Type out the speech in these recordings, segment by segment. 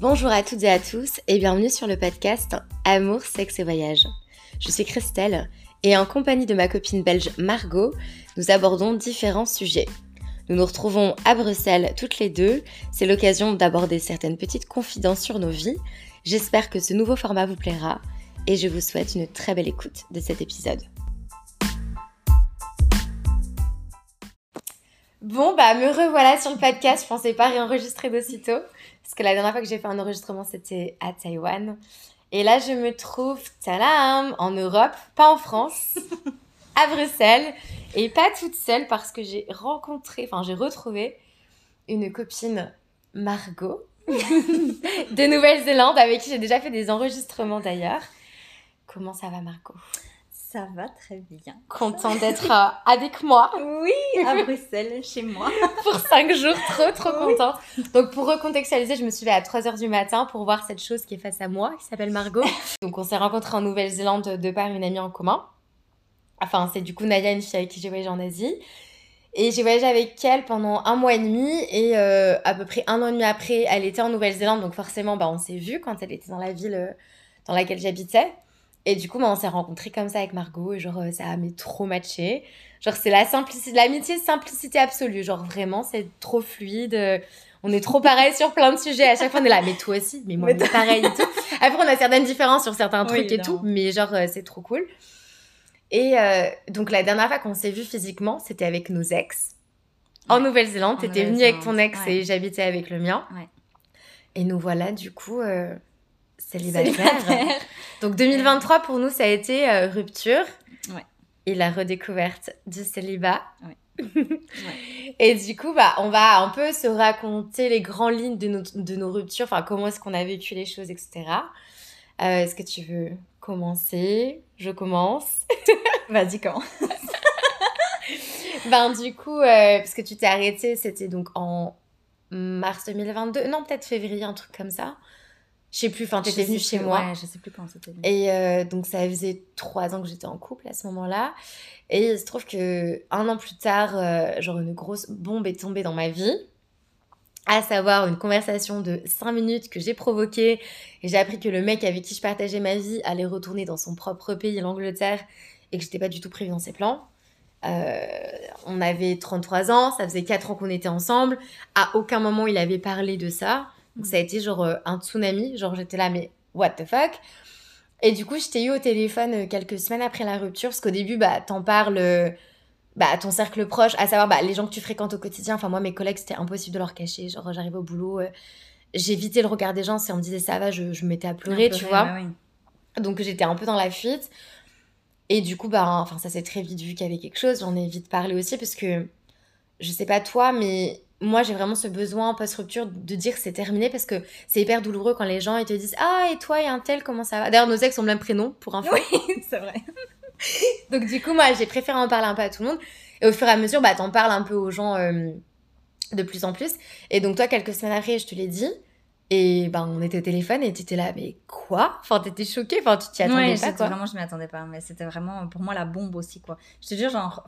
Bonjour à toutes et à tous et bienvenue sur le podcast Amour, sexe et voyage. Je suis Christelle et en compagnie de ma copine belge Margot, nous abordons différents sujets. Nous nous retrouvons à Bruxelles toutes les deux, c'est l'occasion d'aborder certaines petites confidences sur nos vies. J'espère que ce nouveau format vous plaira et je vous souhaite une très belle écoute de cet épisode. Bon, me revoilà sur le podcast, je pensais pas réenregistrer d'aussitôt. Parce que la dernière fois que j'ai fait un enregistrement, c'était à Taïwan. Et là, je me trouve, tadam, en Europe, pas en France, à Bruxelles. Et pas toute seule parce que j'ai retrouvé une copine, Margot, de Nouvelle-Zélande, avec qui j'ai déjà fait des enregistrements d'ailleurs. Comment ça va, Margot ? Ça va très bien. Contente d'être avec moi. Oui, à Bruxelles, chez moi. Pour 5 jours, trop contente. Donc pour recontextualiser, je me suis levée à 3h du matin pour voir cette chose qui est face à moi, qui s'appelle Margot. Donc on s'est rencontrés en Nouvelle-Zélande de par une amie en commun. Enfin, c'est du coup Nadia, une fille avec qui j'ai voyagé en Asie. Et j'ai voyagé avec elle pendant 1 mois et demi. Et à peu près 1 an et demi après, elle était en Nouvelle-Zélande. Donc forcément, on s'est vus quand elle était dans la ville dans laquelle j'habitais. Et du coup, on s'est rencontrés comme ça avec Margot et ça a trop matché. C'est la simplicité, l'amitié, simplicité absolue. Vraiment, c'est trop fluide. On est trop pareil sur plein de sujets. À chaque fois, on est là, mais toi aussi, mais moi, on est pareil et tout. Après, on a certaines différences sur certains trucs et tout, mais c'est trop cool. Et donc, la dernière fois qu'on s'est vus physiquement, c'était avec nos ex. En Nouvelle-Zélande, t'étais venue avec ton ex et j'habitais avec le mien. Ouais. Et nous voilà, du coup... Célibataire. Donc 2023 pour nous ça a été rupture et la redécouverte du célibat. Et du coup on va un peu se raconter les grandes lignes de nos ruptures, enfin comment est-ce qu'on a vécu les choses, etc. Est-ce que tu veux commencer ? Je commence. Vas-y, commence. Du coup parce que tu t'es arrêtée, c'était donc en mars 2022, non peut-être février, un truc comme ça. Je sais plus, t'étais venue chez moi. Ouais, je sais plus quand c'était. Et donc, ça faisait 3 ans que j'étais en couple à ce moment-là. Et il se trouve que 1 an plus tard, une grosse bombe est tombée dans ma vie. À savoir une conversation de 5 minutes que j'ai provoquée. Et j'ai appris que le mec avec qui je partageais ma vie allait retourner dans son propre pays, l'Angleterre, et que j'étais pas du tout prévue dans ses plans. On avait 33 ans, ça faisait 4 ans qu'on était ensemble. À aucun moment, il avait parlé de ça. Donc ça a été un tsunami, j'étais là mais what the fuck. Et du coup je t'ai eu au téléphone quelques semaines après la rupture, parce qu'au début t'en parles à ton cercle proche, à savoir les gens que tu fréquentes au quotidien. Enfin moi mes collègues c'était impossible de leur cacher, j'arrivais au boulot, j'évitais le regard des gens, si on me disait ça va, je me mettais à pleurer, tu vois. Bah oui. Donc j'étais un peu dans la fuite. Et du coup ça s'est très vite vu qu'il y avait quelque chose, j'en ai vite parlé aussi parce que je sais pas toi mais moi, j'ai vraiment ce besoin post-rupture de dire que c'est terminé parce que c'est hyper douloureux quand les gens ils te disent « Ah, et toi, et un tel, comment ça va ?» D'ailleurs, nos ex ont le même prénom, pour info. Oui, c'est vrai. Donc, du coup, moi, j'ai préféré en parler un peu à tout le monde. Et au fur et à mesure, t'en parles un peu aux gens de plus en plus. Et donc, toi, quelques semaines après, je te l'ai dit. Et on était au téléphone et tu étais là « Mais quoi ?» Enfin, t'étais choquée, tu t'y attendais pas, quoi. Vraiment, je m'y attendais pas. Mais c'était vraiment, pour moi, la bombe aussi, quoi. Je te jure,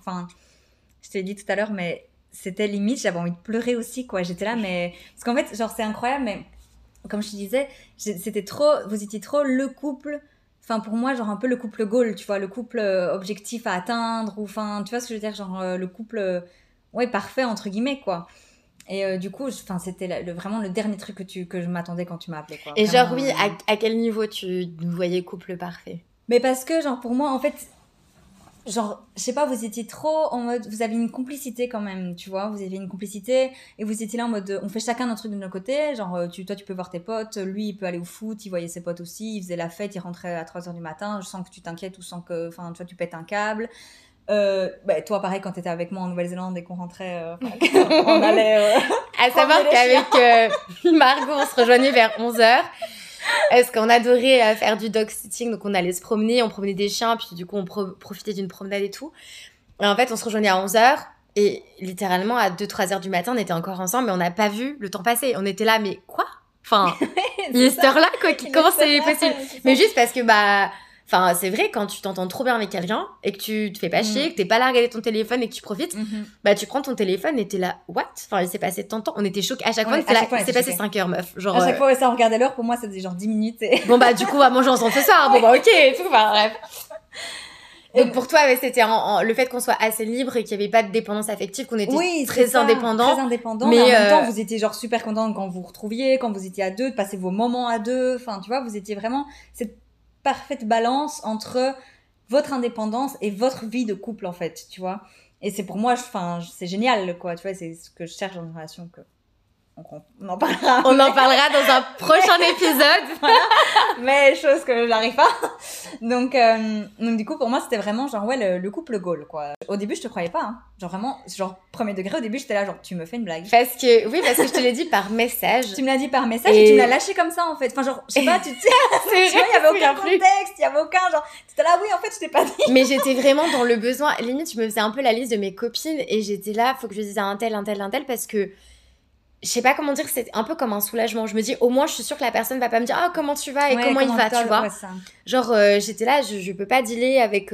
je te l'ai dit tout à l'heure, mais... C'était limite, j'avais envie de pleurer aussi, quoi. J'étais là, mais... Parce qu'en fait, c'est incroyable, mais... Comme je te disais, c'était trop... Vous étiez trop le couple... Enfin, pour moi, un peu le couple goal, tu vois. Le couple objectif à atteindre, ou... Enfin, tu vois ce que je veux dire ? Le couple... parfait, entre guillemets, quoi. Et du coup, c'était vraiment le dernier truc que je m'attendais quand tu m'as appelée, quoi. Et oui, à quel niveau tu nous voyais couple parfait ? Mais parce que, pour moi, en fait... je sais pas, vous étiez trop en mode, vous avez une complicité quand même, tu vois, vous avez une complicité, et vous étiez là en mode, on fait chacun notre truc de notre côté, toi tu peux voir tes potes, lui il peut aller au foot, il voyait ses potes aussi, il faisait la fête, il rentrait à 3h du matin, je sens que tu t'inquiètes ou sens que, toi tu pètes un câble. Toi pareil quand t'étais avec moi en Nouvelle-Zélande et qu'on rentrait, on allait... à savoir qu'avec Margot on se rejoignait vers 11h. Est-ce qu'on adorait faire du dog sitting, donc on allait se promener, on promenait des chiens, puis du coup on profitait d'une promenade et tout. Et en fait on se rejoignait à 11h et littéralement à 2-3h du matin on était encore ensemble mais on n'a pas vu le temps passer. On était là mais quoi ? Enfin, il est cette heure-là quoi, comment c'est possible ? Mais juste parce que Enfin, c'est vrai, quand tu t'entends trop bien avec quelqu'un et que tu te fais pas chier, que t'es pas là à regarder ton téléphone et que tu profites, bah tu prends ton téléphone et t'es là, what? Enfin, il s'est passé tant de temps. On était choqués. À chaque fois, il s'est passé 5 heures, meuf. Genre, à chaque fois, ça, on regardait l'heure. Pour moi, ça faisait genre 10 minutes. Bon, bah, du coup, on va manger ensemble ce soir. Bon, bah, ok, et tout. Enfin, bref. Donc pour toi, ouais, c'était le fait qu'on soit assez libre et qu'il n'y avait pas de dépendance affective, qu'on était très indépendants. Très indépendants, mais en même temps, vous étiez genre super contents quand vous vous retrouviez, quand vous étiez à deux, de passer vos moments à deux. Enfin, tu vois, vous étiez vraiment cette parfaite balance entre votre indépendance et votre vie de couple, en fait, tu vois. Et c'est pour moi, c'est génial, quoi. Tu vois, c'est ce que je cherche dans une relation que... On en parlera. On en parlera dans un prochain épisode. Voilà. Mais chose que j'arrive pas. Donc du coup, pour moi, c'était vraiment genre, ouais, le couple goal, quoi. Au début, je te croyais pas, hein. Genre vraiment, genre premier degré, au début, j'étais là, genre, tu me fais une blague. Parce que je te l'ai dit par message. Tu me l'as dit par message et tu me l'as lâché comme ça, en fait. Enfin, genre, je sais pas, tu sais, il y avait aucun contexte, il y avait aucun, genre, t'étais là, oui, en fait, je t'ai pas dit. Mais j'étais vraiment dans le besoin. Limite, je me faisais un peu la liste de mes copines et j'étais là, faut que je dise à un tel, parce que je sais pas comment dire, c'est un peu comme un soulagement. Je me dis, au moins, je suis sûre que la personne va pas me dire, ah, comment tu vas et comment il va, tu vois. Ouais, genre, j'étais là, je peux pas dealer avec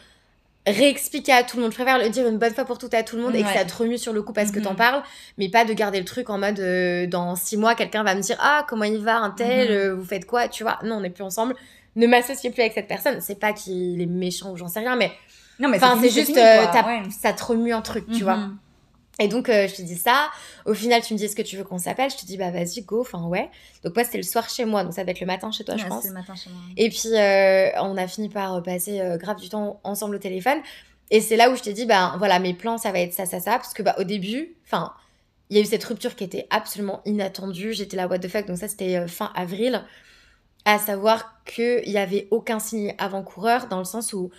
réexpliquer à tout le monde. Je préfère le dire une bonne fois pour toutes à tout le monde et que ça te remue sur le coup parce que t'en parles, mais pas de garder le truc en mode, dans 6 mois, quelqu'un va me dire, ah, comment il va, un tel, vous faites quoi, tu vois. Non, on n'est plus ensemble. Ne m'associez plus avec cette personne. C'est pas qu'il est méchant ou j'en sais rien, mais. Non, mais c'est juste, ça te remue un truc, tu vois. Et donc, je te dis ça. Au final, tu me dis, est-ce que tu veux qu'on s'appelle? Je te dis, bah vas-y, go. Enfin, ouais. Donc, moi, c'était le soir chez moi. Donc, ça va être le matin chez toi, je pense. C'est le matin chez moi. Et puis, on a fini par passer grave du temps ensemble au téléphone. Et c'est là où je t'ai dit, bah voilà, mes plans, ça va être ça. Parce que, bah, au début, enfin, il y a eu cette rupture qui était absolument inattendue. J'étais là, what the fuck. Donc, ça, c'était fin avril. À savoir qu'il n'y avait aucun signe avant-coureur, dans le sens où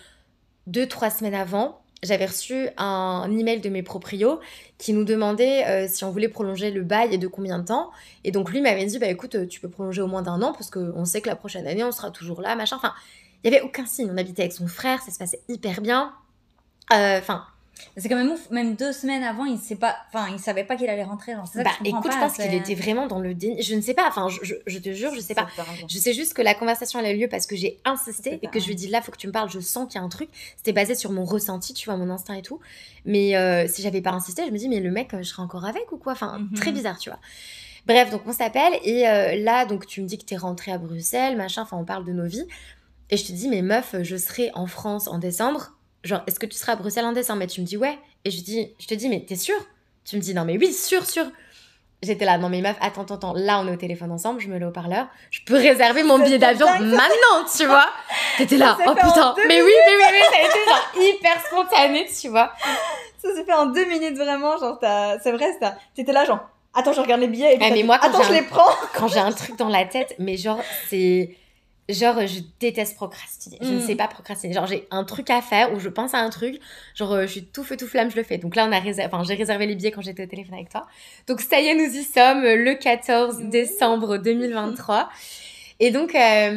2-3 semaines avant, j'avais reçu un email de mes proprios qui nous demandait si on voulait prolonger le bail et de combien de temps. Et donc lui m'avait dit, bah écoute, tu peux prolonger au moins d'1 an parce qu'on sait que la prochaine année, on sera toujours là, machin. Enfin, il n'y avait aucun signe. On habitait avec son frère, ça se passait hyper bien. Enfin... c'est quand même ouf, même 2 semaines avant, il savait pas qu'il allait rentrer. C'est ça bah que je écoute, pas, je pense qu'il était vraiment dans le déni. Je ne sais pas, enfin, je te jure, je sais pas. Je sais juste que la conversation elle a eu lieu parce que j'ai insisté et que je lui ai dit là, faut que tu me parles, je sens qu'il y a un truc. C'était basé sur mon ressenti, tu vois, mon instinct et tout. Mais si j'avais pas insisté, je me dis, mais le mec, je serais encore avec ou quoi? Enfin, très bizarre, tu vois. Bref, donc on s'appelle et là, donc tu me dis que t'es rentrée à Bruxelles, machin, enfin, on parle de nos vies. Et je te dis, mais meuf, je serai en France en décembre. Genre, est-ce que tu seras à Bruxelles en décembre? Et tu me dis, ouais. Et je te dis, mais t'es sûre? Tu me dis, non, mais oui, sûr. J'étais là, non, mais meuf, attends. Là, on est au téléphone ensemble, je me mets au haut-parleur. Je peux réserver mon billet d'avion maintenant, tu vois? T'étais là, oh putain. Mais oui, ça a été genre hyper spontané, tu vois. Ça s'est fait en 2 minutes, vraiment. Genre, c'est vrai, t'étais là, genre, attends, je regarde les billets. Et puis mais moi, je les prends. Quand j'ai un truc dans la tête, mais genre, c'est. Genre, je déteste procrastiner. Je ne sais pas procrastiner. Genre, j'ai un truc à faire ou je pense à un truc. Genre, je suis tout feu, tout flamme, je le fais. Donc là, j'ai réservé les billets quand j'étais au téléphone avec toi. Donc, ça y est, nous y sommes le 14 décembre 2023. Et donc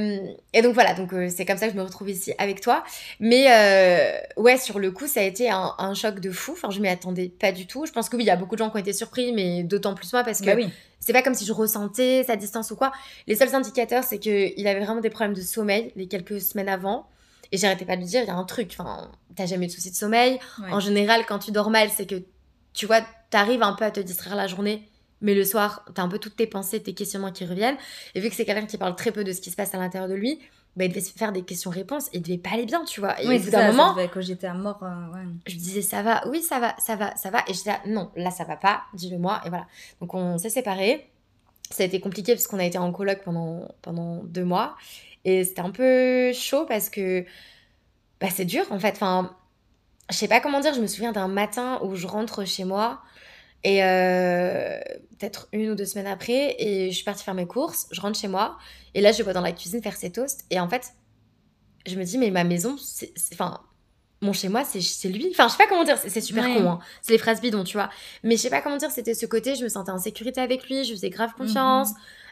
voilà. Donc, c'est comme ça que je me retrouve ici avec toi. Mais ouais, sur le coup, ça a été un choc de fou. Enfin, je m'y attendais pas du tout. Je pense que oui, il y a beaucoup de gens qui ont été surpris, mais d'autant plus moi parce que... Bah oui. C'est pas comme si je ressentais sa distance ou quoi. Les seuls indicateurs, c'est qu'il avait vraiment des problèmes de sommeil les quelques semaines avant. Et j'arrêtais pas de lui dire, il y a un truc. Enfin, t'as jamais de soucis de sommeil. Ouais. En général, quand tu dors mal, c'est que, tu vois, t'arrives un peu à te distraire la journée. Mais le soir, t'as un peu toutes tes pensées, tes questionnements qui reviennent. Et vu que c'est quelqu'un qui parle très peu de ce qui se passe à l'intérieur de lui, bah, il devait se faire des questions-réponses et il devait pas aller bien, tu vois. Et oui, c'est ça, moment, quand j'étais à mort, ouais. Je lui disais, ça va, oui, ça va. Et je disais, non, là, ça va pas, dis-le-moi. Et voilà. Donc, on s'est séparés. Ça a été compliqué parce qu'on a été en coloc pendant 2 mois. Et c'était un peu chaud parce que bah, c'est dur, en fait. Enfin, je sais pas comment dire. Je me souviens d'un matin où je rentre chez moi et peut-être 1 ou 2 semaines après, et je suis partie faire mes courses. Je rentre chez moi et là, je vois dans la cuisine faire ses toasts. Et en fait, je me dis, mais ma maison, enfin, mon chez moi, c'est lui. Enfin, je sais pas comment dire, c'est super con, hein. C'est les phrases bidons, tu vois. Mais je sais pas comment dire, c'était ce côté, je me sentais en sécurité avec lui, je faisais grave confiance.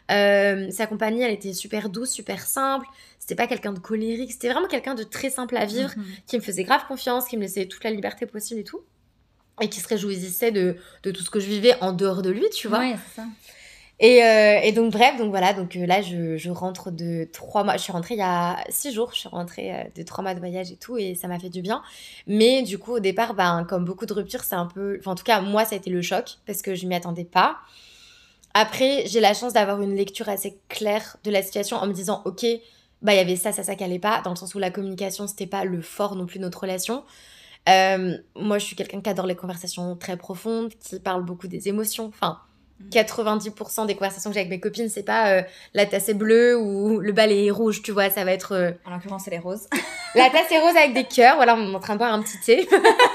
Sa compagnie, elle était super douce, super simple. C'était pas quelqu'un de colérique, c'était vraiment quelqu'un de très simple à vivre, qui me faisait grave confiance, qui me laissait toute la liberté possible et tout. Et qui se réjouissait de tout ce que je vivais en dehors de lui, tu vois. Ouais, c'est ça. Et donc, bref, donc voilà, donc là, je rentre de 3 mois. Je suis rentrée il y a 6 jours. Je suis rentrée de 3 mois de voyage et tout, et ça m'a fait du bien. Mais du coup, au départ, ben, comme beaucoup de ruptures, c'est un peu. Enfin, en tout cas, moi, ça a été le choc parce que je m'y attendais pas. Après, j'ai la chance d'avoir une lecture assez claire de la situation en me disant, ok, bah, il y avait ça qui allait pas, dans le sens où la communication, c'était pas le fort non plus de notre relation. Moi, je suis quelqu'un qui adore les conversations très profondes, qui parle beaucoup des émotions. Enfin, 90% des conversations que j'ai avec mes copines, c'est pas la tasse est bleue ou le balai est rouge, tu vois, ça va être... En l'occurrence, c'est les roses. la tasse est rose avec des cœurs, voilà, on est en train de boire un petit thé.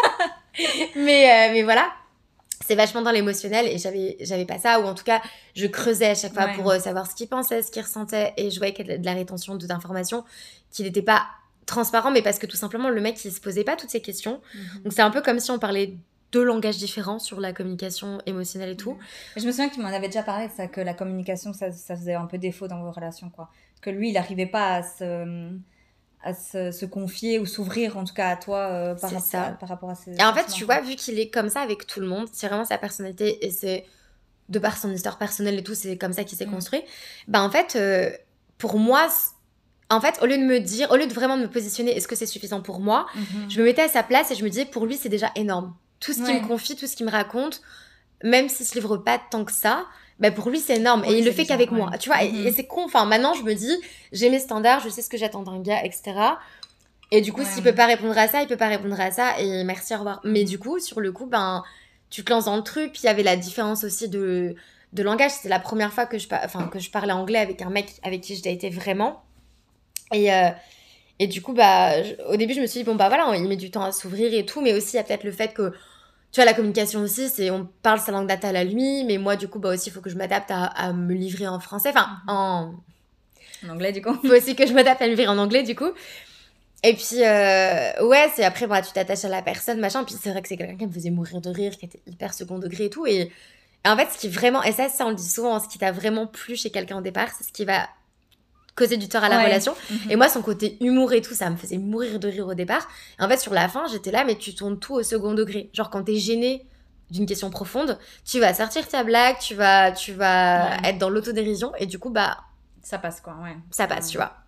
mais voilà, c'est vachement dans l'émotionnel, et j'avais pas ça, ou en tout cas, je creusais à chaque fois Ouais. pour savoir ce qu'il pensait, ce qu'il ressentait, et je voyais qu'il y avait de la rétention d'informations, qu'il n'était pas transparent, mais parce que tout simplement, le mec, il se posait pas toutes ces questions. Donc c'est un peu comme si on parlait deux langages différents sur la communication émotionnelle et tout. Je me souviens que tu m'en avais déjà parlé de ça, que la communication, ça faisait un peu défaut dans vos relations, quoi. Que lui, il n'arrivait pas à se confier ou s'ouvrir, en tout cas à toi, C'est ça. par rapport à ses Et en fait, sentiments, tu quoi. vois, vu qu'il est comme ça avec tout le monde, c'est vraiment sa personnalité, et c'est de par son histoire personnelle et tout, c'est comme ça qu'il s'est construit. Bah en fait, pour moi, en fait, au lieu de vraiment me positionner, est-ce que c'est suffisant pour moi, je me mettais à sa place et je me disais, pour lui, c'est déjà énorme. Tout ce qu'il me confie, tout ce qu'il me raconte, même s'il se livre pas tant que ça, bah pour lui, c'est énorme. Pour Et lui, il le c'est fait déjà, qu'avec ouais. moi. Tu vois, et c'est con. Enfin, maintenant, je me dis, j'ai mes standards, je sais ce que j'attends d'un gars, etc. Et du coup, s'il peut pas répondre à ça, il peut pas répondre à ça. Et merci, au revoir. Mais du coup, sur le coup, ben, tu te lances dans le truc. Puis il y avait la différence aussi de langage. C'était la première fois que je parlais anglais avec un mec avec qui je datais vraiment. Et du coup, bah, au début, je me suis dit, bon, bah voilà, il met du temps à s'ouvrir et tout. Mais aussi, il y a peut-être le fait que, tu vois, la communication aussi, c'est on parle sa langue natale à lui. Mais moi, du coup, bah aussi, il faut que je m'adapte à me livrer en français. Enfin, En anglais, du coup. faut aussi que je m'adapte à me livrer en anglais, du coup. Et puis, ouais, c'est après, bah, tu t'attaches à la personne, machin. Puis c'est vrai que c'est quelqu'un qui me faisait mourir de rire, qui était hyper second degré et tout. Et en fait, ce qui vraiment, et ça on le dit souvent, ce qui t'a vraiment plu chez quelqu'un au départ, c'est ce qui va causer du tort à la relation. Et moi, son côté humour et tout, ça me faisait mourir de rire au départ. Et en fait, sur la fin, j'étais là, mais tu tournes tout au second degré. Genre, quand t'es gêné d'une question profonde, tu vas sortir ta blague, tu vas être dans l'autodérision, et du coup, bah, ça passe, quoi, ouais. Ça passe, tu vois.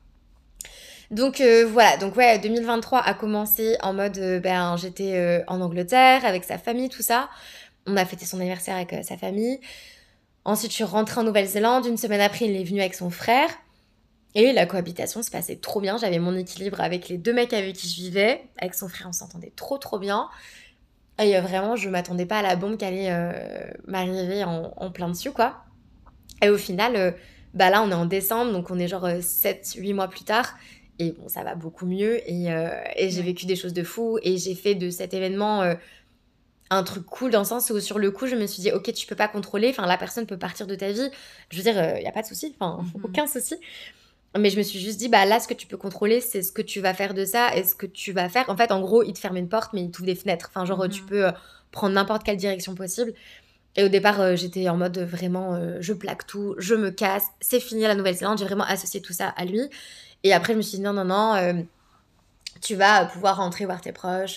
Donc voilà, donc ouais, 2023 a commencé en mode, ben j'étais en Angleterre avec sa famille, tout ça. On a fêté son anniversaire avec sa famille. Ensuite, je suis rentrée en Nouvelle-Zélande. Une semaine après, il est venu avec son frère. Et la cohabitation se passait trop bien. J'avais mon équilibre avec les deux mecs avec qui je vivais. Avec son frère, on s'entendait trop trop bien. Et vraiment, je m'attendais pas à la bombe qui allait m'arriver en plein dessus, quoi. Et au final, bah là, on est en décembre, donc on est genre 7-8 mois plus tard. Et bon, ça va beaucoup mieux. Et j'ai vécu des choses de fou. Et j'ai fait de cet événement un truc cool, dans le sens où sur le coup, je me suis dit, ok, tu peux pas contrôler. Enfin, la personne peut partir de ta vie. Je veux dire, y a pas de souci. Enfin, aucun souci. Mais je me suis juste dit, bah là, ce que tu peux contrôler, c'est ce que tu vas faire de ça et ce que tu vas faire. En fait, en gros, il te ferme une porte, mais il t'ouvre des fenêtres. Enfin, genre, tu peux prendre n'importe quelle direction possible. Et au départ, j'étais en mode vraiment, je plaque tout, je me casse, c'est fini la Nouvelle-Zélande. J'ai vraiment associé tout ça à lui. Et après, je me suis dit, non, tu vas pouvoir rentrer voir tes proches,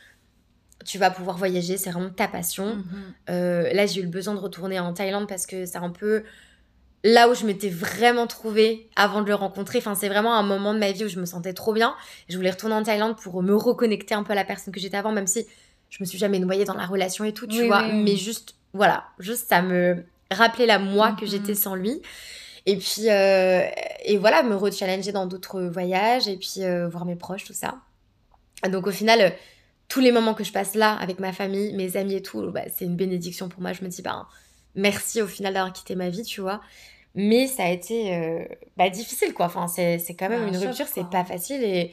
tu vas pouvoir voyager, c'est vraiment ta passion. Là, j'ai eu le besoin de retourner en Thaïlande parce que c'est un peu là où je m'étais vraiment trouvée avant de le rencontrer. Enfin, c'est vraiment un moment de ma vie où je me sentais trop bien. Je voulais retourner en Thaïlande pour me reconnecter un peu à la personne que j'étais avant, même si je me suis jamais noyée dans la relation et tout, tu vois. Mais juste, voilà, juste ça me rappelait la moi que j'étais sans lui. Et puis, et voilà, me re-challenger dans d'autres voyages et puis voir mes proches, tout ça. Donc au final, tous les moments que je passe là avec ma famille, mes amis et tout, bah, c'est une bénédiction pour moi. Je me dis, bah, merci au final d'avoir quitté ma vie, tu vois. Mais ça a été difficile, quoi. Enfin, c'est quand même une rupture, c'est pas facile. Et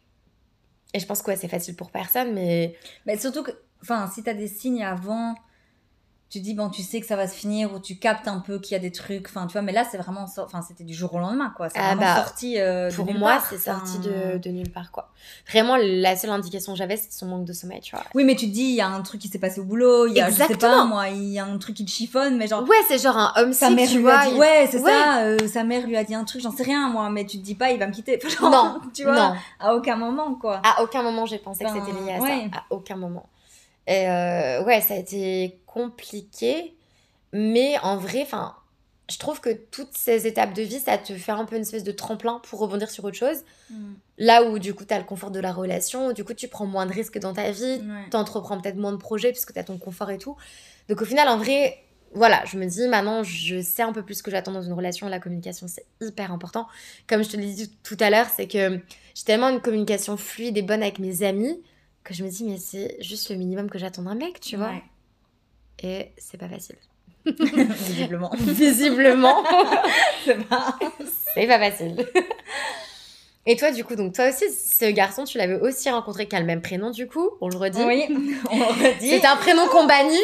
je pense que ouais, c'est facile pour personne, mais... Mais surtout que, enfin, si t'as des signes avant, tu dis, bon, tu sais que ça va se finir, ou tu captes un peu qu'il y a des trucs, enfin, tu vois, mais là, c'est vraiment, enfin, c'était du jour au lendemain, quoi. C'est vraiment sorti de pour nulle moi, part. c'est sorti de nulle part, quoi. Vraiment, la seule indication que j'avais, c'était son manque de sommeil, tu vois. Oui, mais tu te dis, il y a un truc qui s'est passé au boulot, il y a, je sais pas, moi, il y a un truc qui te chiffonne, mais genre... Ouais, c'est genre un homme sa mère tu lui vois. a dit, ça, sa mère lui a dit un truc, j'en sais rien, moi, mais tu te dis pas, il va me quitter. Genre, non, tu vois, non. À aucun moment, quoi. À aucun moment, j'ai pensé que c'était lié à ça. À aucun moment. Et ouais, ça a été compliqué. Mais en vrai, enfin, je trouve que toutes ces étapes de vie, ça te fait un peu une espèce de tremplin pour rebondir sur autre chose. Là où, du coup, t'as le confort de la relation, du coup, tu prends moins de risques dans ta vie, t'entreprends peut-être moins de projets puisque t'as ton confort et tout. Donc, au final, en vrai, voilà, je me dis, maintenant, je sais un peu plus ce que j'attends dans une relation. La communication, c'est hyper important. Comme je te l'ai dit tout à l'heure, c'est que j'ai tellement une communication fluide et bonne avec mes amis que je me dis, mais c'est juste le minimum que j'attends d'un mec, tu vois. Et c'est pas facile. Visiblement. Visiblement. C'est pas facile. Et toi, du coup, donc toi aussi, ce garçon, tu l'avais aussi rencontré qui a le même prénom, du coup, on le redit. Oui, on le redit. C'est un prénom qu'on bannit.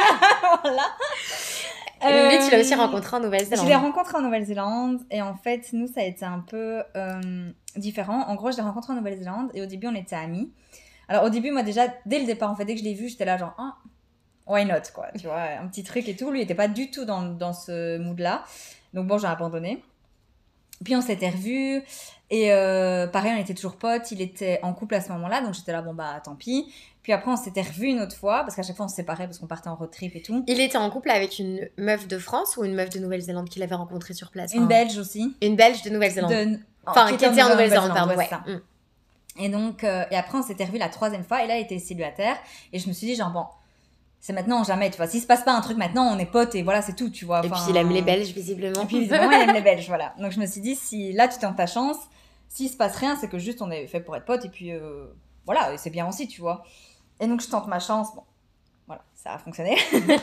Voilà. Lui, tu l'as aussi rencontré en Nouvelle-Zélande. Je l'ai rencontré en Nouvelle-Zélande et en fait, nous, ça a été un peu différent. En gros, je l'ai rencontré en Nouvelle-Zélande et au début, on était amis. Alors, au début, moi, déjà, dès le départ, en fait, dès que je l'ai vu, j'étais là, genre, ah, why not, quoi, tu vois, un petit truc et tout. Lui, il était pas du tout dans ce mood-là. Donc, bon, j'ai abandonné. Puis, on s'était revus. Et pareil, on était toujours potes. Il était en couple à ce moment-là. Donc, j'étais là, bon, bah, tant pis. Puis après, on s'était revus une autre fois. Parce qu'à chaque fois, on se séparait parce qu'on partait en road trip et tout. Il était en couple avec une meuf de France ou une meuf de Nouvelle-Zélande qu'il avait rencontrée sur place? Une Belge aussi. Une Belge de Nouvelle-Zélande. Enfin, qui était en Nouvelle-Zélande, pardon, ouais. Et donc, et après, on s'était revus la 3e fois. Et là, il était célibataire. Et je me suis dit, genre, bon, c'est maintenant ou jamais, tu vois. S'il se passe pas un truc maintenant, on est potes et voilà, c'est tout, tu vois. Enfin, et puis, il aime les Belges, visiblement. Et puis, visiblement, il aime les Belges, voilà. Donc, je me suis dit, si là, tu tentes ta chance, s'il se passe rien, c'est que juste on est fait pour être potes. Et puis, voilà, et c'est bien aussi, tu vois. Et donc, je tente ma chance. Bon, voilà, ça a fonctionné.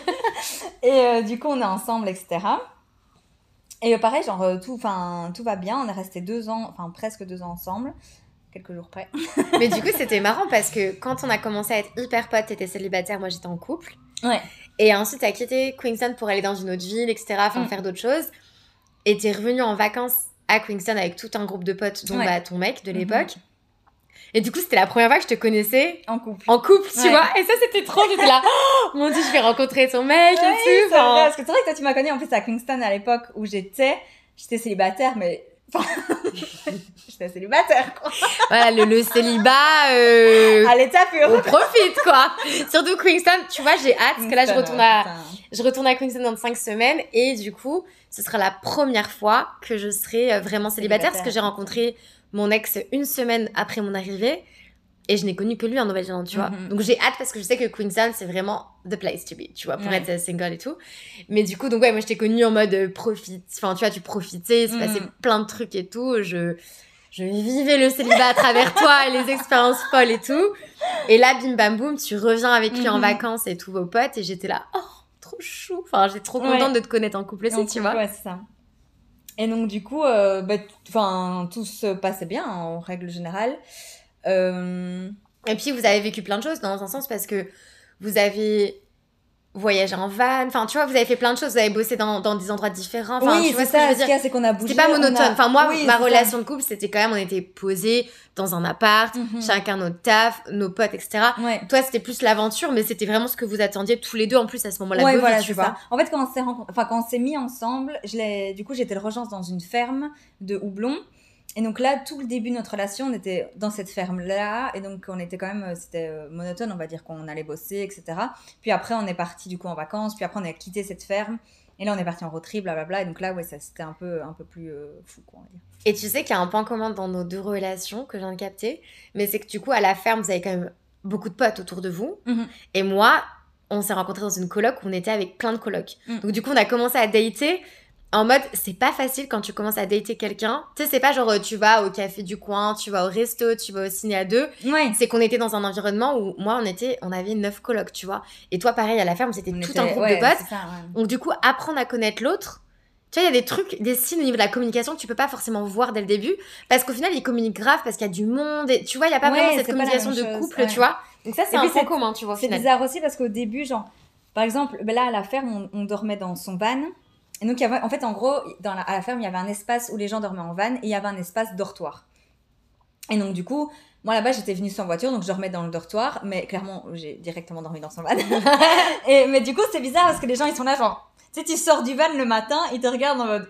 Et du coup, on est ensemble, etc. Et pareil, genre, tout va bien. On est restés 2 ans, enfin, presque 2 ans ensemble. Quelques jours près. Mais du coup, c'était marrant parce que quand on a commencé à être hyper potes, t'étais célibataire, moi j'étais en couple. Ouais. Et ensuite, t'as quitté Queenstown pour aller dans une autre ville, etc., enfin faire d'autres choses. Et t'es revenue en vacances à Queenstown avec tout un groupe de potes, dont bah, ton mec de l'époque. Et du coup, c'était la première fois que je te connaissais en couple, tu vois. Et ça, c'était trop. J'étais là, oh mon Dieu, je vais rencontrer ton mec et tout. C'est vrai, parce que c'est vrai que toi, tu m'as connue en plus à Queenstown à l'époque où j'étais célibataire, mais... Enfin, j'étais célibataire, quoi. Voilà, le célibat... à l'état pur. On profite, quoi. Surtout Queenstown, tu vois, j'ai hâte, parce que là, je retourne à Queenstown dans 5 semaines, et du coup, ce sera la première fois que je serai vraiment célibataire, parce que j'ai rencontré mon ex 1 semaine après mon arrivée, et je n'ai connu que lui en Nouvelle-Zélande, tu vois. Donc j'ai hâte parce que je sais que Queenstown, c'est vraiment the place to be, tu vois, pour être single et tout. Mais du coup, donc ouais, moi je t'ai connue en mode profite. Enfin, tu vois, tu profitais, il se passait plein de trucs et tout. Je vivais le célibat à travers toi et les expériences folles et tout. Et là, bim bam boum, tu reviens avec lui en vacances et tous vos potes. Et j'étais là, oh, trop chou. Enfin, j'étais trop contente de te connaître en couple aussi, tu vois. Ouais, c'est ça. Et donc, du coup, tout se passait bien en règle générale. Et puis vous avez vécu plein de choses dans un sens parce que vous avez voyagé en van, enfin tu vois, vous avez fait plein de choses, vous avez bossé dans des endroits différents, enfin, oui, tu vois c'est ça, ce que je veux dire. C'est qu'on a bougé, c'était pas monotone, enfin moi oui, ma relation de couple c'était quand même, on était posés dans un appart, chacun notre taf, nos potes, etc. Toi c'était plus l'aventure, mais c'était vraiment ce que vous attendiez tous les deux en plus à ce moment-là de votre vie, tu vois. En fait quand on s'est mis ensemble, du coup j'étais le rejoindre dans une ferme de houblon. Et donc là, tout le début de notre relation, on était dans cette ferme-là. Et donc, on était quand même... C'était monotone, on va dire qu'on allait bosser, etc. Puis après, on est parti du coup en vacances. Puis après, on a quitté cette ferme. Et là, on est parti en road trip, blablabla. Et donc là, ouais, ça, c'était un peu plus fou, quoi, on va dire. Et tu sais qu'il y a un point commun dans nos 2 relations que je viens de capter. Mais c'est que du coup, à la ferme, vous avez quand même beaucoup de potes autour de vous. Et moi, on s'est rencontrés dans une coloc où on était avec plein de colocs. Donc du coup, on a commencé à dater... En mode, c'est pas facile quand tu commences à dater quelqu'un. Tu sais, c'est pas genre tu vas au café du coin, tu vas au resto, tu vas au ciné à 2. C'est qu'on était dans un environnement où moi, on avait 9 colocs, tu vois. Et toi, pareil, à la ferme, c'était tout un groupe de potes. Ça, Donc du coup, apprendre à connaître l'autre. Tu vois, il y a des trucs, des signes au niveau de la communication que tu peux pas forcément voir dès le début. Parce qu'au final, ils communiquent grave parce qu'il y a du monde. Et tu vois, il y a pas vraiment cette communication de couple, tu vois. Donc ça, c'est un point commun, tu vois, au final. C'est bizarre aussi parce qu'au début, genre, par exemple, là, à la ferme, on dormait dans son van. Et donc, en fait, en gros, à la ferme, il y avait un espace où les gens dormaient en van et il y avait un espace dortoir. Et donc, du coup, moi, là-bas, j'étais venue sans voiture, donc je dormais dans le dortoir, mais clairement, j'ai directement dormi dans son van. Mais du coup, c'est bizarre parce que les gens, ils sont là, genre, tu sais, tu sors du van le matin, ils te regardent en mode,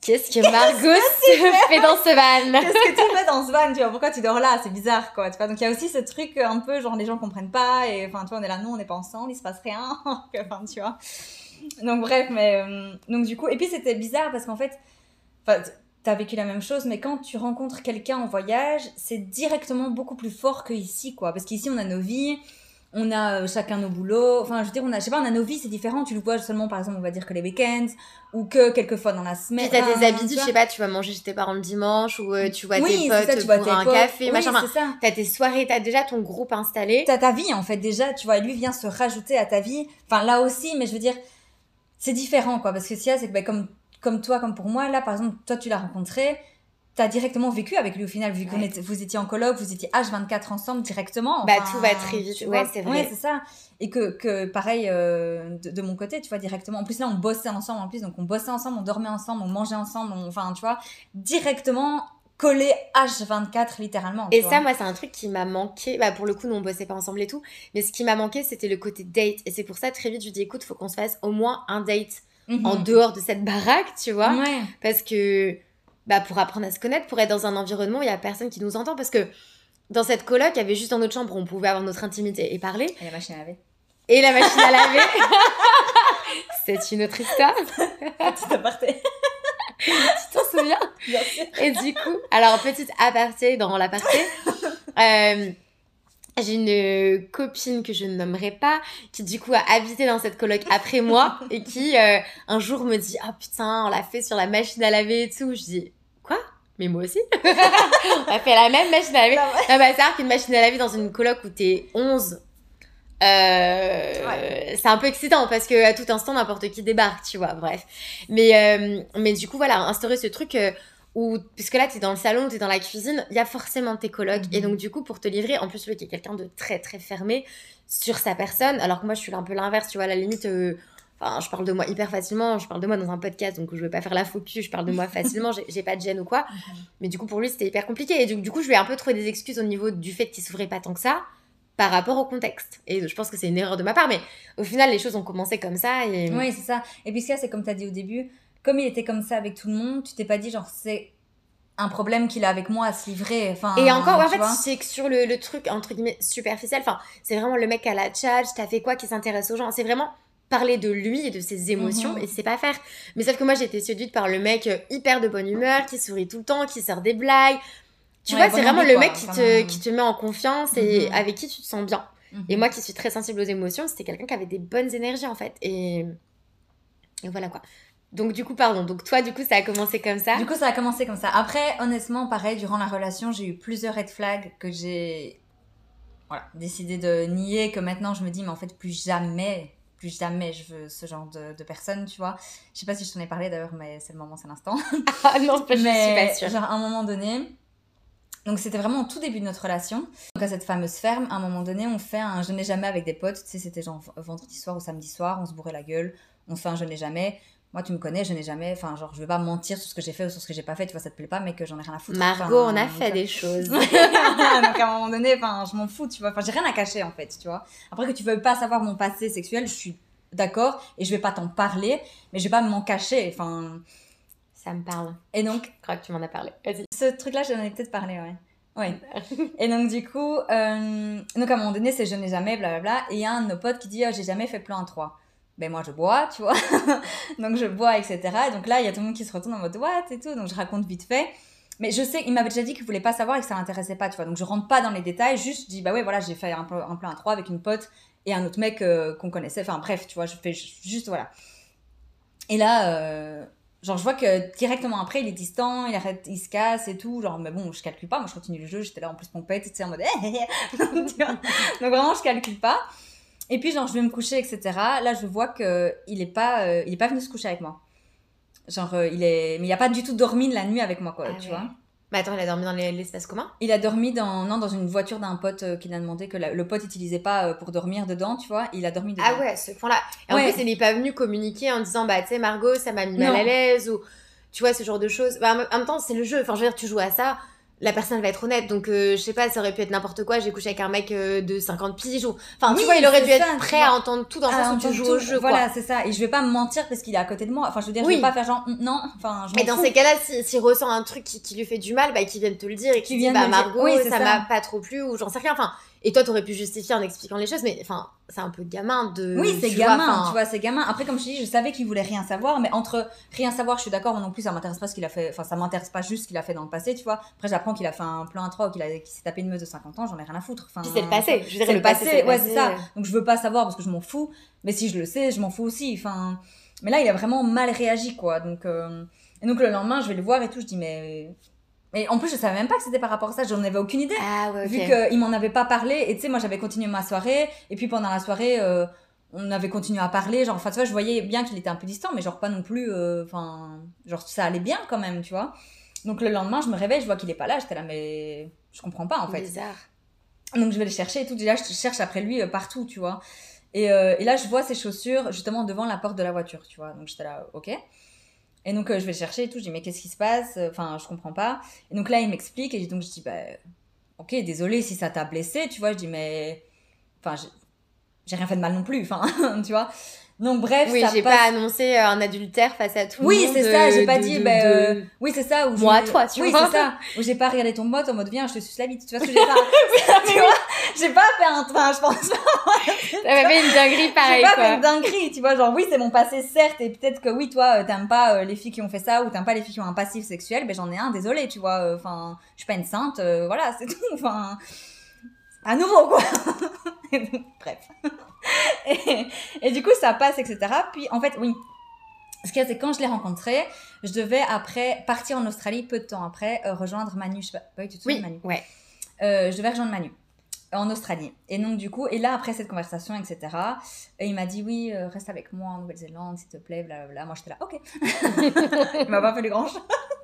Qu'est-ce que Margot se fait dans ce van? Qu'est-ce que tu fais dans ce van, tu vois? Pourquoi tu dors là? C'est bizarre, quoi, tu vois? Donc, il y a aussi ce truc un peu, genre, les gens comprennent pas, et enfin, tu vois, on est là, non, on n'est pas ensemble, il se passe rien, enfin, tu vois. Donc, bref, mais, donc, du coup, et puis c'était bizarre parce qu'en fait, enfin, t'as vécu la même chose, mais quand tu rencontres quelqu'un en voyage, c'est directement beaucoup plus fort qu'ici, quoi. Parce qu'ici, on a nos vies, on a chacun nos boulots. Enfin, je veux dire, on a, je sais pas, on a nos vies, c'est différent. Tu le vois seulement, par exemple, on va dire que les week-ends, ou que quelques fois dans la semaine. Puis t'as tes habitudes, je sais pas, tu vas manger chez tes parents le dimanche, ou tu vois tes potes ça, tu vois pour tes un potes. café, Oui, machin. c'est ça. T'as tes soirées, t'as déjà ton groupe installé. T'as ta vie, en fait, déjà, tu vois, lui vient se rajouter à ta vie. Enfin, là aussi, mais je veux dire, c'est différent, quoi. Parce que ce qu'il y a, c'est que, ben, comme toi, comme pour moi, là, par exemple, toi, tu l'as rencontré, t'as directement vécu avec lui au final, vu que vous étiez en coloc, vous étiez H24 ensemble directement. Bah, tout va très vite, ouais, c'est vrai. Ouais, c'est ça. Et que pareil, de mon côté, tu vois, directement. En plus, là, on bossait ensemble, en plus, donc on bossait ensemble, on dormait ensemble, on mangeait ensemble, enfin, tu vois, directement collé H24, littéralement. Et ça, moi, c'est un truc qui m'a manqué. Bah, pour le coup, nous, on bossait pas ensemble et tout. Mais ce qui m'a manqué, c'était le côté date. Et c'est pour ça, très vite, je dis, écoute, faut qu'on se fasse au moins un date en dehors de cette baraque, tu vois. Ouais. Parce que, bah, pour apprendre à se connaître, pour être dans un environnement où il y a personne qui nous entend. Parce que dans cette coloc, il y avait juste dans notre chambre où on pouvait avoir notre intimité et parler. Et la machine à laver. Et la machine à laver. C'est une autre histoire. Petit aparté. Tu t'en souviens? Bien sûr. Et du coup, alors, petite aparté dans l'aparté. J'ai une copine que je ne nommerai pas, qui du coup a habité dans cette coloc après moi, et qui un jour me dit « Oh putain, on l'a fait sur la machine à laver et tout ». Je dis « Quoi ? Mais moi aussi !» On a fait la même machine à laver. Non, bah, c'est-à-dire qu'une machine à laver dans une coloc où t'es 11, c'est un peu excitant parce que à tout instant n'importe qui débarque, tu vois, bref. Mais du coup, voilà, instaurer ce truc où, puisque là t'es dans le salon, t'es dans la cuisine, il y a forcément tes colocs. Et donc du coup, pour te livrer, en plus lui qui est quelqu'un de très très fermé sur sa personne, alors que moi je suis un peu l'inverse, tu vois, à la limite enfin, je parle de moi hyper facilement, je parle de moi dans un podcast, donc je vais pas faire la focus, je parle de moi facilement, j'ai pas de gêne ou quoi. Mais du coup, pour lui, c'était hyper compliqué. Et du coup, je lui ai un peu trouvé des excuses au niveau du fait qu'il s'ouvrait pas tant que ça, par rapport au contexte. Et je pense que c'est une erreur de ma part, mais au final, les choses ont commencé comme ça. Et... Oui, c'est ça. Et puis, ce qu'il y a, c'est comme tu as dit au début, comme il était comme ça avec tout le monde, tu t'es pas dit, genre, c'est un problème qu'il a avec moi à se livrer. Enfin, et encore, en tu fait, vois. c'est que sur le truc, entre guillemets, superficiel, enfin, c'est vraiment le mec à la tchatch, t'as fait quoi, qui s'intéresse aux gens. C'est vraiment parler de lui et de ses émotions, et c'est pas faire. Mais sauf que moi, j'ai été séduite par le mec hyper de bonne humeur, qui sourit tout le temps, qui sort des blagues. Tu vois, c'est vraiment le mec qui te met en confiance et avec qui tu te sens bien. Et moi qui suis très sensible aux émotions, c'était quelqu'un qui avait des bonnes énergies en fait. Et voilà quoi. Donc du coup, pardon. Donc toi, du coup, ça a commencé comme ça. Du coup, ça a commencé comme ça. Après, honnêtement, pareil, durant la relation, j'ai eu plusieurs red flags que j'ai décidé de nier, que maintenant je me dis, mais en fait, plus jamais je veux ce genre de personne, tu vois. Je sais pas si je t'en ai parlé d'ailleurs, mais c'est le moment, c'est l'instant. Ah non, je suis pas sûre. Genre, à un moment donné... Donc, c'était vraiment au tout début de notre relation. Donc, à cette fameuse ferme, à un moment donné, on fait un je n'ai jamais avec des potes. Tu sais, c'était genre vendredi soir ou samedi soir, on se bourrait la gueule, on fait un je n'ai jamais. Moi, tu me connais, je n'ai jamais. Enfin, genre, je vais pas mentir sur ce que j'ai fait ou sur ce que j'ai pas fait. Tu vois, ça te plaît pas, mais que j'en ai rien à foutre. Margot, on a fait des choses. Donc, à un moment donné, enfin, je m'en fous, tu vois. Enfin, j'ai rien à cacher, en fait, tu vois. Après, que tu veuilles pas savoir mon passé sexuel, je suis d'accord et je vais pas t'en parler, mais je vais pas m'en cacher. Enfin. Ça me parle. Et donc, je crois que tu m'en as parlé. Vas-y. Ce truc-là, j'en ai peut-être parlé, ouais. Ouais. Et donc, du coup, donc à un moment donné, c'est je n'ai jamais, blablabla. Et il y a un de nos potes qui dit, oh, j'ai jamais fait plan 3. Ben, moi, je bois, tu vois. Donc, je bois, etc. Et donc là, il y a tout le monde qui se retourne en mode, what, et tout. Donc, je raconte vite fait. Mais je sais, il m'avait déjà dit qu'il voulait pas savoir et que ça l'intéressait pas, tu vois. Donc, je rentre pas dans les détails. Juste, je dis, bah ouais, voilà, j'ai fait un plan à 3 avec une pote et un autre mec qu'on connaissait. Enfin, bref, tu vois, je fais juste, voilà. Et là, genre, je vois que directement après, il est distant, il arrête, il se casse et tout. Genre, mais bon, je calcule pas. Moi, je continue le jeu. J'étais là en plus pompette, tu sais, en mode, tu vois. Donc, vraiment, je calcule pas. Et puis, genre, je vais me coucher, etc. Là, je vois qu'il est pas venu se coucher avec moi. Genre, mais il a pas du tout dormi la nuit avec moi, quoi, tu vois. Mais attends, il a dormi dans l'espace commun ? Il a dormi dans une voiture d'un pote qu'il a demandé que le pote utilisait pas pour dormir dedans, tu vois. Il a dormi dedans. Ah ouais, à ce point-là. Et en plus, il n'est pas venu communiquer en disant, bah, tu sais, Margot, ça m'a mis mal à l'aise, ou tu vois, ce genre de choses. Bah, en même temps, c'est le jeu. Enfin, je veux dire, tu joues à ça. la personne va être honnête. Donc, je sais pas, ça aurait pu être n'importe quoi. J'ai couché avec un mec de 50 piges ou... Enfin, Oui, tu vois, il aurait dû c'est ça, être tu prêt vois. à entendre tout dans le sens où tu joues au jeu, quoi. Voilà, c'est ça. Et je vais pas me mentir parce qu'il est à côté de moi. Enfin, je veux dire, je Oui. vais pas faire genre, non, enfin, je m'en Et dans fous. ces cas-là, s'il ressent un truc qui lui fait du mal, bah, qu'il vienne te le dire et qu'il Qu'il dise, vienne bah, me le dire. Margot, Oui, c'est ça ça. m'a pas trop plu ou j'en sais rien. Enfin, et toi, t'aurais pu justifier en expliquant les choses, mais enfin, c'est un peu gamin de. Oui, c'est tu gamin, vois, enfin, tu vois, c'est gamin. Après, comme je te dis, je savais qu'il voulait rien savoir, mais entre rien savoir, je suis d'accord, moi non plus, ça m'intéresse pas ce qu'il a fait. Enfin, ça m'intéresse pas juste ce qu'il a fait dans le passé, tu vois. Après, j'apprends qu'il a fait un plan 3 ou qu'il s'est tapé une meuf de 50 ans, j'en ai rien à foutre. Enfin, Puis c'est le passé. Je veux dire, c'est le passé, c'est le ouais, passé. c'est ça. Donc, je veux pas savoir parce que je m'en fous, mais si je le sais, je m'en fous aussi. Enfin, mais là, il a vraiment mal réagi, quoi. Donc, et donc, le lendemain, je vais le voir et tout, je dis, mais. Et en plus, je savais même pas que c'était par rapport à ça, j'en avais aucune idée. Ah ouais, ok. Vu qu'il m'en avait pas parlé, et tu sais, moi j'avais continué ma soirée, et puis pendant la soirée, on avait continué à parler, genre, enfin, tu vois, je voyais bien qu'il était un peu distant, mais genre pas non plus, enfin, genre, ça allait bien quand même, tu vois. Donc le lendemain, je me réveille, je vois qu'il est pas là, j'étais là, mais je comprends pas en fait. Bizarre. Donc je vais le chercher et tout, déjà, je cherche après lui partout, tu vois. Et là, je vois ses chaussures justement devant la porte de la voiture, tu vois. Donc j'étais là, ok. Et donc, je vais le chercher et tout. Je dis, mais qu'est-ce qui se passe? Enfin, je comprends pas. Et donc là, il m'explique. Et donc, je dis, bah, ok, désolé si ça t'a blessé, tu vois. Je dis, mais. Enfin, j'ai rien fait de mal non plus. Enfin, tu vois. Donc, bref, Oui, ça j'ai passe. pas annoncé un adultère face à tout le Oui, monde. c'est ça, j'ai pas dit, oui, c'est ça. Où Moi à toi, tu oui, vois. c'est ça. Où j'ai pas regardé ton pote en mode, viens, je te suce la bite. Tu vois ce que j'ai pas. Tu vois, j'ai pas fait un. Enfin, je pense pas. T'avais fait une dinguerie pareille, J'ai pas quoi. fait une dinguerie, tu vois, genre oui c'est mon passé certes et peut-être que oui toi t'aimes pas les filles qui ont fait ça ou t'aimes pas les filles qui ont un passif sexuel, ben j'en ai un, désolé, tu vois, enfin je suis pas une sainte, voilà c'est tout, enfin à nouveau quoi. Bref. Et du coup ça passe etc. Puis en fait oui, ce qu'il y a c'est que quand je l'ai rencontré, je devais après partir en Australie peu de temps après rejoindre Manu, je sais pas, oui tu te souviens de Manu? Ouais. Je devais rejoindre Manu en Australie. Et donc, du coup, et là, après cette conversation, etc., il m'a dit, oui, reste avec moi en Nouvelle-Zélande, s'il te plaît, blablabla. Moi, j'étais là, ok. Il m'a pas fallu grand-chose.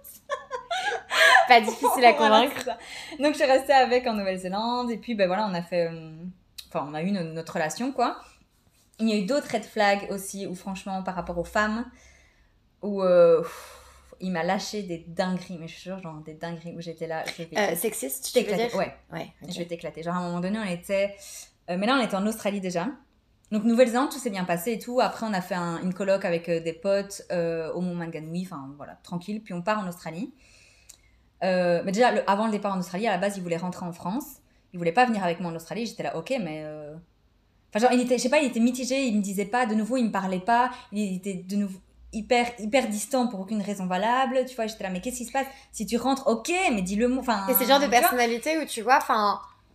Pas difficile à convaincre. Voilà, donc, je suis restée avec en Nouvelle-Zélande. Et puis, ben voilà, on a fait... Enfin, on a eu notre relation, quoi. Il y a eu d'autres red flags aussi, où franchement, par rapport aux femmes, où... il m'a lâché des dingueries, mais je suis sûre, genre des dingueries où j'étais là. Sexiste, tu veux dire? Ouais, Ouais. Okay. je vais t'éclater. Genre à un moment donné, on était. Mais là, on était en Australie déjà. Donc Nouvelle-Zélande, tout s'est bien passé et tout. Après, on a fait une coloc avec des potes au Mont Manganui, enfin voilà, tranquille. Puis on part en Australie. Mais déjà, avant le départ en Australie, à la base, il voulait rentrer en France. Il voulait pas venir avec moi en Australie. J'étais là, ok, mais. Enfin, genre, je sais pas, il était mitigé. Il me disait pas, de nouveau, il me parlait pas. Il était de nouveau hyper distant pour aucune raison valable, tu vois, j'étais là, mais qu'est-ce qui se passe? Si tu rentres, ok, mais dis le mot, enfin... Et c'est le genre de personnalité où, tu vois, enfin...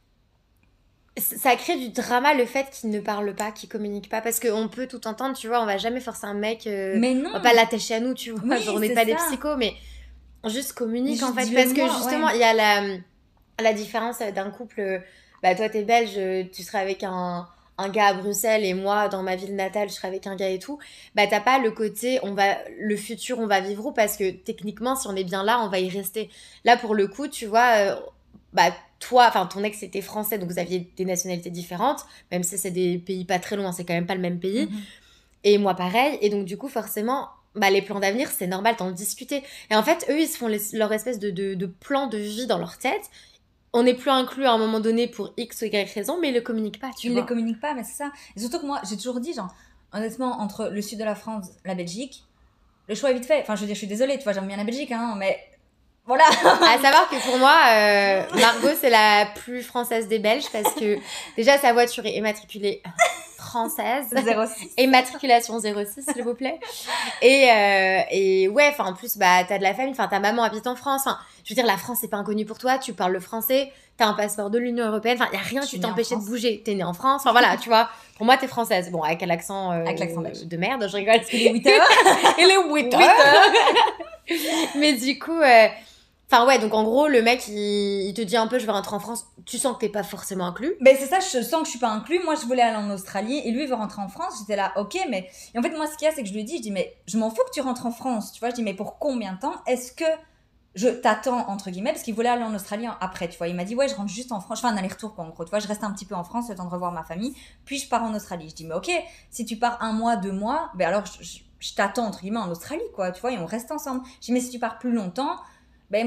Ça crée du drama le fait qu'il ne parle pas, qu'il communique pas, parce qu'on peut tout entendre, tu vois, on va jamais forcer un mec... mais non! On va pas l'attacher à nous, tu vois, oui, genre on n'est pas des psychos, mais juste communique, en fait, parce que justement, il y a la différence d'un couple... Bah, toi, t'es belge, tu seras avec un gars à Bruxelles et moi dans ma ville natale je serai avec un gars et tout, bah t'as pas le côté le futur on va vivre où, parce que techniquement si on est bien là on va y rester. Là pour le coup tu vois bah toi, enfin ton ex était français donc vous aviez des nationalités différentes, même si c'est des pays pas très loin, c'est quand même pas le même pays. Et moi pareil, et donc du coup forcément bah, les plans d'avenir c'est normal d'en discuter, et en fait eux ils se font leur espèce de plan de vie dans leur tête. On n'est plus inclus à un moment donné pour X ou Y raison, mais ils le communiquent pas, tu vois. Ils le communiquent pas, mais c'est ça. Et surtout que moi, j'ai toujours dit, genre, honnêtement, entre le sud de la France, la Belgique, le choix est vite fait. Enfin, je veux dire, je suis désolée, tu vois, j'aime bien la Belgique, hein, mais voilà. À savoir que pour moi, Margot, c'est la plus française des Belges, parce que déjà, sa voiture est immatriculée française. 06. Immatriculation 06, s'il vous plaît. Et ouais, enfin, en plus, bah, t'as de la famille, enfin, ta maman habite en France. Enfin, je veux dire, la France, c'est pas inconnu pour toi, tu parles le français, t'as un passeport de l'Union Européenne, enfin, y a rien qui t'empêchait de bouger. T'es née en France, enfin, voilà, tu vois. Pour moi, t'es française. Bon, avec l'accent belge. de merde, je rigole. Parce qu'il est 8 heures. Il est 8 heures. Mais du coup... Enfin ouais, donc en gros, le mec, il te dit un peu, je vais rentrer en France. Tu sens que t'es pas forcément inclus. Ben c'est ça, je sens que je suis pas inclus. Moi, je voulais aller en Australie et lui, il veut rentrer en France. J'étais là, ok, mais... Et en fait, moi, ce qu'il y a, c'est que je lui dis, je dis, mais je m'en fous que tu rentres en France. Tu vois, je dis, mais pour combien de temps est-ce que je t'attends, entre guillemets, parce qu'il voulait aller en Australie après, tu vois. Il m'a dit, ouais, je rentre juste en France. Je fais un aller-retour, quoi, en gros. Tu vois, je reste un petit peu en France, le temps de revoir ma famille. Puis, je pars en Australie. Je dis, mais ok, si tu pars 1 mois, 2 mois, ben alors, je t'attends, entre guillemets, en Australie, quoi, tu vois, et on reste ensemble. Je dis, mais si tu pars plus longtemps, ben...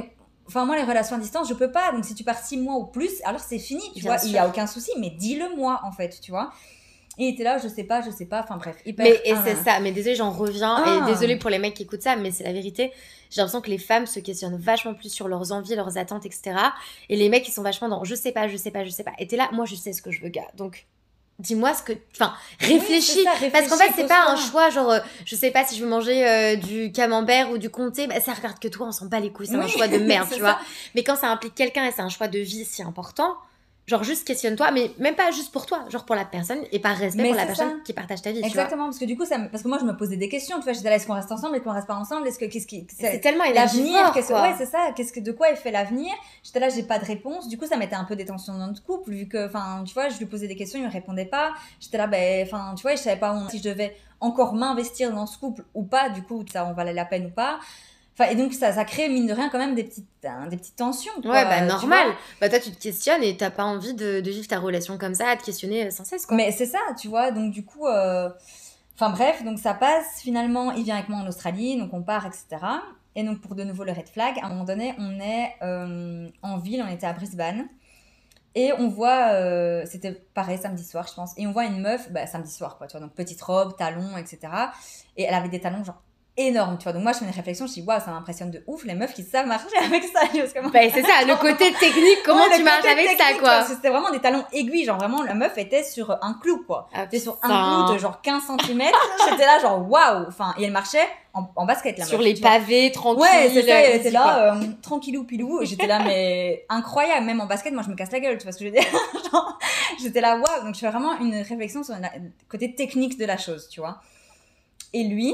Enfin, moi, les relations à distance, je peux pas. Donc, si tu pars 6 mois ou plus, alors c'est fini, tu vois. Il y a aucun souci, mais dis-le moi, en fait, tu vois. Et il était là, je sais pas. Enfin, bref, hyper... Mais c'est ça. Mais désolée, j'en reviens. Et désolée pour les mecs qui écoutent ça, mais c'est la vérité. J'ai l'impression que les femmes se questionnent vachement plus sur leurs envies, leurs attentes, etc. Et les mecs, ils sont vachement dans je sais pas. Et t'es là, moi, je sais ce que je veux, gars. Donc, dis-moi ce que... Enfin, réfléchis. Oui, parce qu'en fait, c'est pas un choix genre, je sais pas si je veux manger du camembert ou du comté. Bah, ça regarde que toi, on s'en bat les couilles. C'est un choix de merde, tu vois. Mais quand ça implique quelqu'un et c'est un choix de vie si important, genre juste questionne-toi, mais même pas juste pour toi, genre pour la personne et par respect pour la personne qui partage ta vie. Exactement, parce que du coup, parce que moi, je me posais des questions. Tu vois, j'étais là, est-ce qu'on reste ensemble, est-ce qu'on reste pas ensemble, c'est tellement l'avenir, ouais, c'est ça. De quoi est fait l'avenir? J'étais là, j'ai pas de réponse. Du coup, ça mettait un peu des tensions dans notre couple, vu que, enfin, tu vois, je lui posais des questions, il me répondait pas. J'étais là, enfin, tu vois, je savais pas si je devais encore m'investir dans ce couple ou pas. Du coup, ça en valait la peine ou pas. Enfin, et donc, ça crée, mine de rien, quand même des petites tensions. Quoi, ouais, bah normal. Bah toi, tu te questionnes et t'as pas envie de vivre ta relation comme ça, à te questionner sans cesse, quoi. Mais c'est ça, tu vois. Donc, du coup, enfin bref, donc ça passe. Finalement, il vient avec moi en Australie, donc on part, etc. Et donc, pour de nouveau le red flag, à un moment donné, on est en ville, on était à Brisbane. Et on voit, c'était pareil, samedi soir, je pense. Et on voit une meuf, samedi soir, quoi, tu vois. Donc, petite robe, talons, etc. Et elle avait des talons, genre, énorme, tu vois. Donc moi, je fais une réflexion, je dis, waouh, ça m'impressionne de ouf, les meufs qui savent marcher avec ça. C'est ça, le côté technique, comment tu marches avec ça, quoi. C'était vraiment des talons aiguilles, genre vraiment, la meuf était sur un clou, quoi. Elle était sur un clou de genre 15 cm. J'étais là, genre, waouh. Enfin, et elle marchait en basket, la meuf. Sur les pavés, tranquille. Ouais, c'est ça, elle était là, tranquillou, pilou. J'étais là, mais incroyable. Même en basket, moi, je me casse la gueule, tu vois ce que je veux dire. Genre, j'étais là, waouh. Donc, je fais vraiment une réflexion sur le côté technique de la chose, tu vois. Et lui,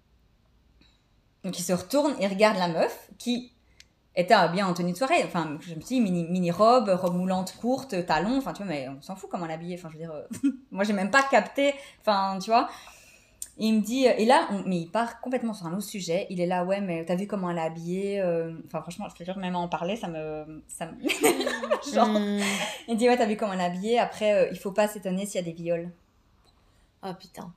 donc il se retourne et regarde la meuf qui était bien en tenue de soirée. Enfin, je me suis dit, mini robe moulante courte, talons, enfin tu vois, mais on s'en fout comment l'habiller. Enfin, je veux dire, moi j'ai même pas capté, enfin tu vois. Et il me dit, et là, mais il part complètement sur un autre sujet. Il est là, ouais, mais t'as vu comment elle est habillée? Enfin, franchement, je te jure, même à en parler, ça me... genre, il dit, ouais, t'as vu comment elle est habillée? Après, il faut pas s'étonner s'il y a des viols. Oh putain.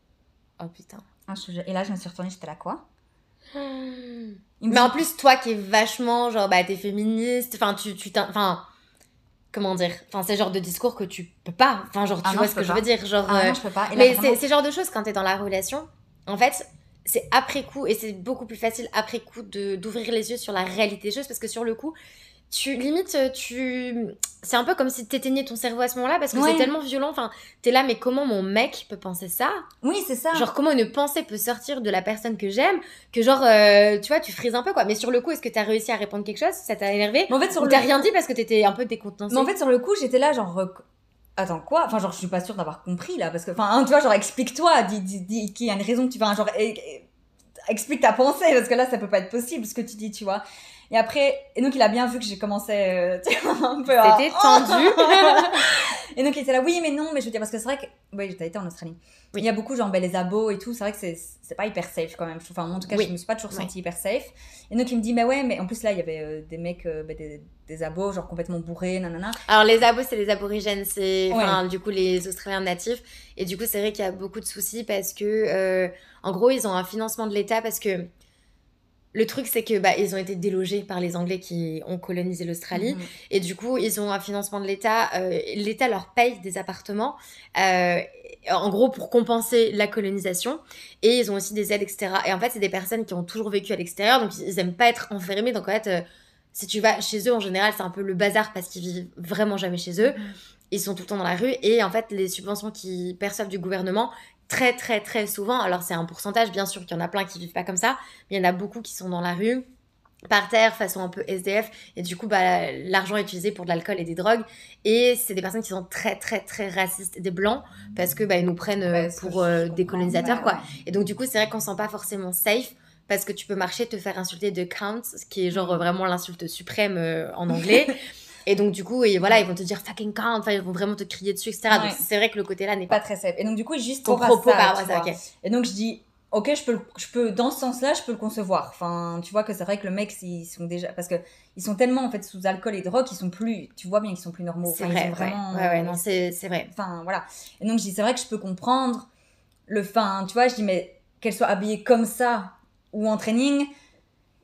Et là, je me suis retournée, j'étais là, quoi? Mais en plus, toi qui es vachement, genre, t'es féministe, enfin, enfin, comment dire, enfin, c'est le genre de discours que tu peux pas, enfin, genre, tu vois ce que je veux dire, genre, non, je peux pas. Mais c'est le genre de choses quand t'es dans la relation, en fait, c'est après coup, et c'est beaucoup plus facile après coup d'ouvrir les yeux sur la réalité des choses, parce que sur le coup, c'est un peu comme si t'éteignais ton cerveau à ce moment-là parce que c'est tellement violent. Enfin, t'es là, mais comment mon mec peut penser ça? Oui, c'est ça. Genre, comment une pensée peut sortir de la personne que j'aime que genre, tu vois, tu frises un peu, quoi. Mais sur le coup, est-ce que t'as réussi à répondre quelque chose? Ça t'a énervé? Mais en fait, ou t'as rien dit parce que t'étais un peu décontenancée? Mais en fait, sur le coup, j'étais là, genre... Attends, quoi? Enfin, genre, je suis pas sûre d'avoir compris, là, parce que... Enfin, tu vois, genre, explique-toi, dis qu'il y a une raison que tu... Enfin, genre, explique ta pensée, parce que là, ça peut pas être possible, ce que tu dis, tu vois. Et après, donc il a bien vu que j'ai commencé un peu à... C'était tendu. Et donc il était là, oui, mais non, mais je veux dire, parce que c'est vrai que... Oui, t'as été en Australie. Oui. Il y a beaucoup, genre, les abos et tout, c'est vrai que c'est pas hyper safe quand même. Enfin, en tout cas, je me suis pas toujours sentie hyper safe. Et donc il me dit, mais ouais, mais en plus là, il y avait des mecs, des abos, genre complètement bourrés, nanana. Alors les abos, c'est les aborigènes, c'est du coup les Australiens natifs. Et du coup, c'est vrai qu'il y a beaucoup de soucis parce que, en gros, ils ont un financement de l'État parce que le truc, c'est que ils ont été délogés par les Anglais qui ont colonisé l'Australie. Et du coup, ils ont un financement de l'État. L'État leur paye des appartements, en gros, pour compenser la colonisation. Et ils ont aussi des aides, etc. Et en fait, c'est des personnes qui ont toujours vécu à l'extérieur. Donc, ils n'aiment pas être enfermés. Donc, en fait, si tu vas chez eux, en général, c'est un peu le bazar parce qu'ils vivent vraiment jamais chez eux. Ils sont tout le temps dans la rue. Et en fait, les subventions qu'ils perçoivent du gouvernement... Très, très, très souvent, alors c'est un pourcentage, bien sûr qu'il y en a plein qui vivent pas comme ça, mais il y en a beaucoup qui sont dans la rue, par terre, façon un peu SDF, et du coup, l'argent est utilisé pour de l'alcool et des drogues, et c'est des personnes qui sont très, très, très racistes, des blancs, parce que ils nous prennent pour des colonisateurs, quoi. Et donc, du coup, c'est vrai qu'on se sent pas forcément safe, parce que tu peux marcher, te faire insulter de count, ce qui est genre vraiment l'insulte suprême en anglais. Et donc, du coup, ils vont te dire fucking count, enfin, ils vont vraiment te crier dessus, etc. Donc, c'est vrai que le côté-là n'est pas très safe. Et donc, du coup, juste ton propos par rapport à ça, ok. Et donc, je dis, ok, je peux, dans ce sens-là, je peux le concevoir. Enfin, tu vois que c'est vrai que le mec, ils sont déjà, parce que ils sont tellement, en fait, sous alcool et drogue, ils sont plus, tu vois bien qu'ils sont plus normaux. C'est vrai, vraiment, non, c'est vrai. Enfin, voilà. Et donc, je dis, c'est vrai que je peux comprendre tu vois, je dis, mais qu'elle soit habillée comme ça ou en training,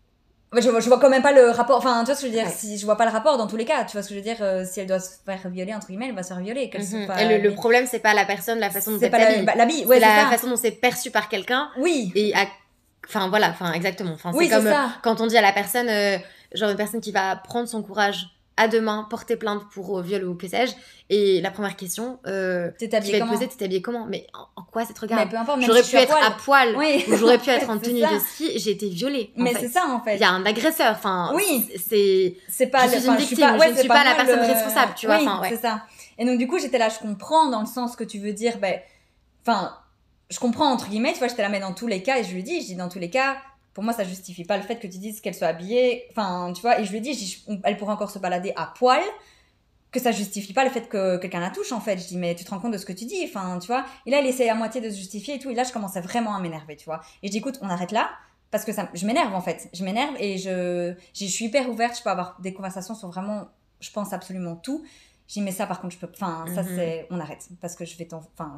Je vois quand même pas le rapport, enfin, tu vois ce que je veux dire, Ouais. si je vois pas le rapport dans tous les cas, tu vois ce que je veux dire, si elle doit se faire violer, entre guillemets, elle va se faire violer, qu'elle soit pas... Et le problème, c'est pas la personne, la façon dont c'est elle pas t'habille. l'habit, C'est ouais, c'est la ça. façon dont c'est perçu par quelqu'un. Oui. Et enfin, voilà, enfin, exactement. Enfin, Oui, c'est comme c'est ça. quand on dit à la personne, genre une personne qui va prendre son courage à deux mains, porter plainte pour viol ou que sais-je, et la première question T'es qui habillée va être comment? posée, t'es habillée comment? Mais en quoi ça te Mais regarde? peu importe, même J'aurais si pu je suis être à poil, Oui. ou j'aurais pu être en C'est tenue ça. de ski, j'ai été violée. En Mais fait. c'est ça, en fait. Il y a un agresseur, enfin, Oui. c'est pas je suis une victime, je ne suis pas la personne responsable, tu vois. Oui, Enfin, ouais. c'est ça. Et donc, du coup, j'étais là, je comprends dans le sens que tu veux dire, enfin, je comprends entre guillemets, tu vois, j'étais là, mais dans tous les cas, et je dis dans tous les cas, pour moi, ça justifie pas le fait que tu dises qu'elle soit habillée, enfin, tu vois, et je lui dis, elle pourrait encore se balader à poil, que ça justifie pas le fait que quelqu'un la touche, en fait. Je dis, mais tu te rends compte de ce que tu dis, enfin, tu vois. Et là, il essaie à moitié de se justifier et tout, et là, je commençais vraiment à m'énerver, tu vois. Et je dis, écoute, on arrête là, parce que je m'énerve, en fait. Je m'énerve et je suis hyper ouverte, je peux avoir des conversations sur vraiment, je pense absolument tout. J'ai dit, mais ça, par contre, je peux, enfin, ça, c'est, on arrête, parce que je vais